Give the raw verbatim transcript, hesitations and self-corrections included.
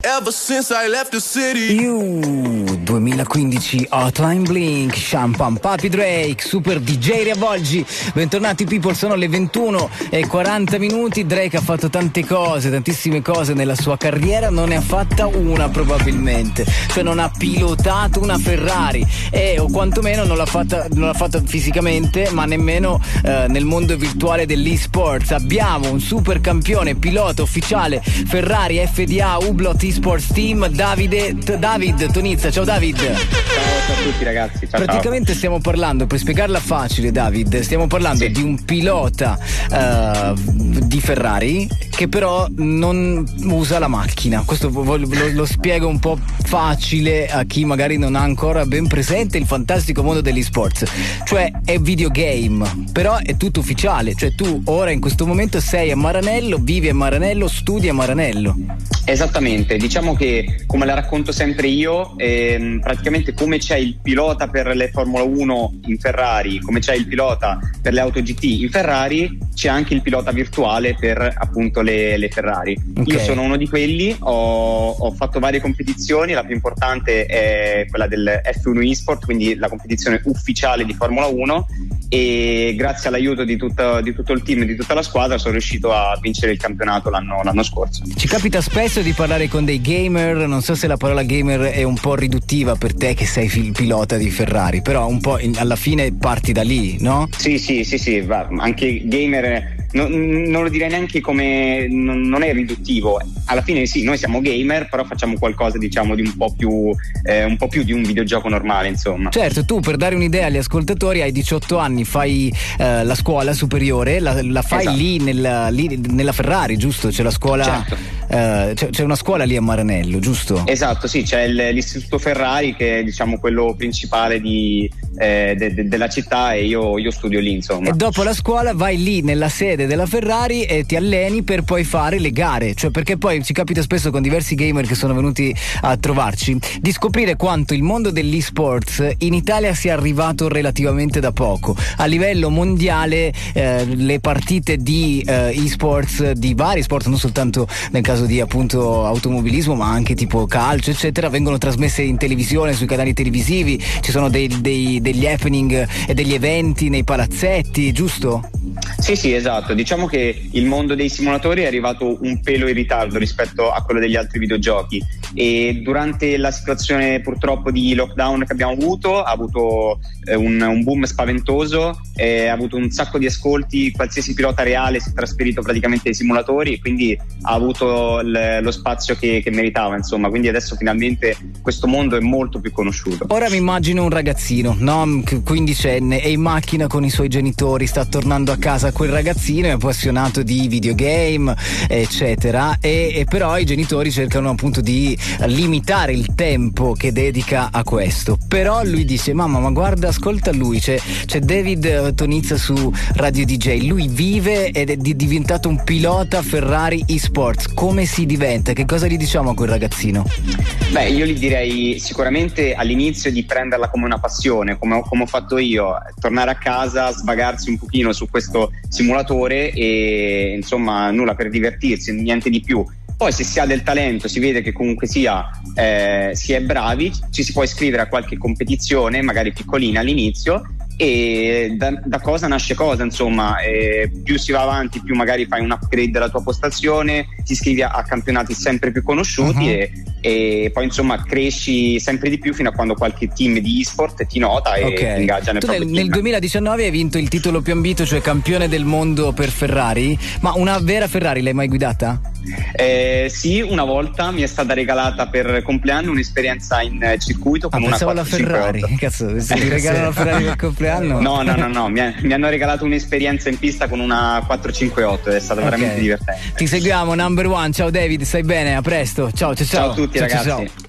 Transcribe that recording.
Ever since I left the city. You duemilaquindici Hotline Blink, Champagne Papi Drake, Super D J Riavolgi. Bentornati people, sono le ventuno e quaranta minuti. Drake ha fatto tante cose, tantissime cose nella sua carriera, non ne ha fatta una probabilmente. Cioè non ha pilotato una Ferrari e o quantomeno non l'ha fatta, non l'ha fatta fisicamente, ma nemmeno eh, nel mondo virtuale dell'e-sports. Abbiamo un super campione, pilota ufficiale Ferrari F D A Hublot Esports Team, Davide T- David Tonizza. Ciao David. Ciao, ciao a tutti ragazzi. Ciao, Praticamente ciao. stiamo parlando, per spiegarla facile David, stiamo parlando sì. di un pilota uh, di Ferrari che però non usa la macchina. Questo lo, lo, lo spiego un po' facile a chi magari non ha ancora ben presente il fantastico mondo degli sports. Cioè è videogame, però è tutto ufficiale. Cioè tu ora in questo momento sei a Maranello, vivi a Maranello, studi a Maranello. Esattamente, diciamo che come la racconto sempre io, ehm, praticamente come c'è il pilota per le Formula uno in Ferrari, come c'è il pilota per le auto G T in Ferrari, c'è anche il pilota virtuale per appunto le, le Ferrari. Okay. Io sono uno di quelli, ho, ho fatto varie competizioni, la più importante è quella del F uno eSport, quindi la competizione ufficiale di Formula uno, e grazie all'aiuto di, tutta, di tutto il team e di tutta la squadra sono riuscito a vincere il campionato l'anno, l'anno scorso. Ci capita spesso di parlare con dei gamer, non so se la parola gamer è un po' riduttiva per te che sei il pilota di Ferrari, però un po' in, alla fine parti da lì, no? Sì, sì, sì, sì, va, anche gamer non, non lo direi neanche come, non, non è riduttivo, alla fine sì, noi siamo gamer, però facciamo qualcosa diciamo di un po' più eh, un po' più di un videogioco normale, insomma. Certo, tu per dare un'idea agli ascoltatori hai diciotto anni, fai eh, la scuola superiore, la, la fai esatto. lì, nella, lì nella Ferrari, giusto? C'è la scuola, certo. eh, c'è, c'è una scuola lì a Maranello, giusto? Esatto, sì, c'è il, l'istituto Ferrari che è diciamo quello principale di, eh, de, de, della città, e io, io studio lì, insomma. E dopo la scuola vai lì nella sede della Ferrari e ti alleni per poi fare le gare, cioè perché poi ci capita spesso con diversi gamer che sono venuti a trovarci di scoprire quanto il mondo dell'e-sports in Italia sia arrivato relativamente da poco. A livello mondiale eh, le partite di eh, e-sports, di vari sport, non soltanto nel caso di appunto automobilismo ma anche tipo calcio eccetera, vengono trasmesse in televisione, sui canali televisivi, ci sono dei, dei, degli happening e degli eventi nei palazzetti, giusto? Sì, sì, esatto. Diciamo che il mondo dei simulatori è arrivato un pelo in ritardo rispetto a quello degli altri videogiochi, e durante la situazione purtroppo di lockdown che abbiamo avuto ha avuto eh, un, un boom spaventoso, eh, ha avuto un sacco di ascolti, qualsiasi pilota reale si è trasferito praticamente ai simulatori e quindi ha avuto l- lo spazio che, che meritava, insomma, quindi adesso finalmente questo mondo è molto più conosciuto. Ora mi immagino un ragazzino, no? quindicenne, è in macchina con i suoi genitori, sta tornando a casa quel ragazzino, è appassionato di videogame eccetera, e, e però i genitori cercano appunto di limitare il tempo che dedica a questo, però lui dice: mamma, ma guarda, ascolta lui, c'è, c'è David Tonizza su Radio D J, lui vive ed è di, diventato un pilota Ferrari eSports, come si diventa? Che cosa gli diciamo a quel ragazzino? Beh, io gli direi sicuramente all'inizio di prenderla come una passione, come, come ho fatto io, tornare a casa, svagarsi un pochino su questo simulatore e insomma nulla, per divertirsi, niente di più. Poi se si ha del talento, si vede che comunque sia eh, si è bravi, ci si può iscrivere a qualche competizione magari piccolina all'inizio, e da, da cosa nasce cosa, insomma, eh, più si va avanti più magari fai un upgrade della tua postazione, ti iscrivi a, a campionati sempre più conosciuti, uh-huh. e, e poi insomma cresci sempre di più fino a quando qualche team di e-sport ti nota e okay. ti ingaggia nel tu proprio nel, team. Nel duemiladiciannove hai vinto il titolo più ambito, cioè campione del mondo per Ferrari, ma una vera Ferrari l'hai mai guidata? Eh, sì, una volta mi è stata regalata per compleanno un'esperienza in circuito con ah, una pensavo la Ferrari. Cazzo, se ti regalano la Ferrari per compleanno? No, no, no, no, mi, ha, mi hanno regalato un'esperienza in pista con una quattrocentocinquantotto ed è stato okay. veramente divertente. Ti seguiamo, number one. Ciao David, stai bene? A presto. Ciao, ciao, ciao. Ciao a tutti, ciao, ragazzi. Ciao, ciao.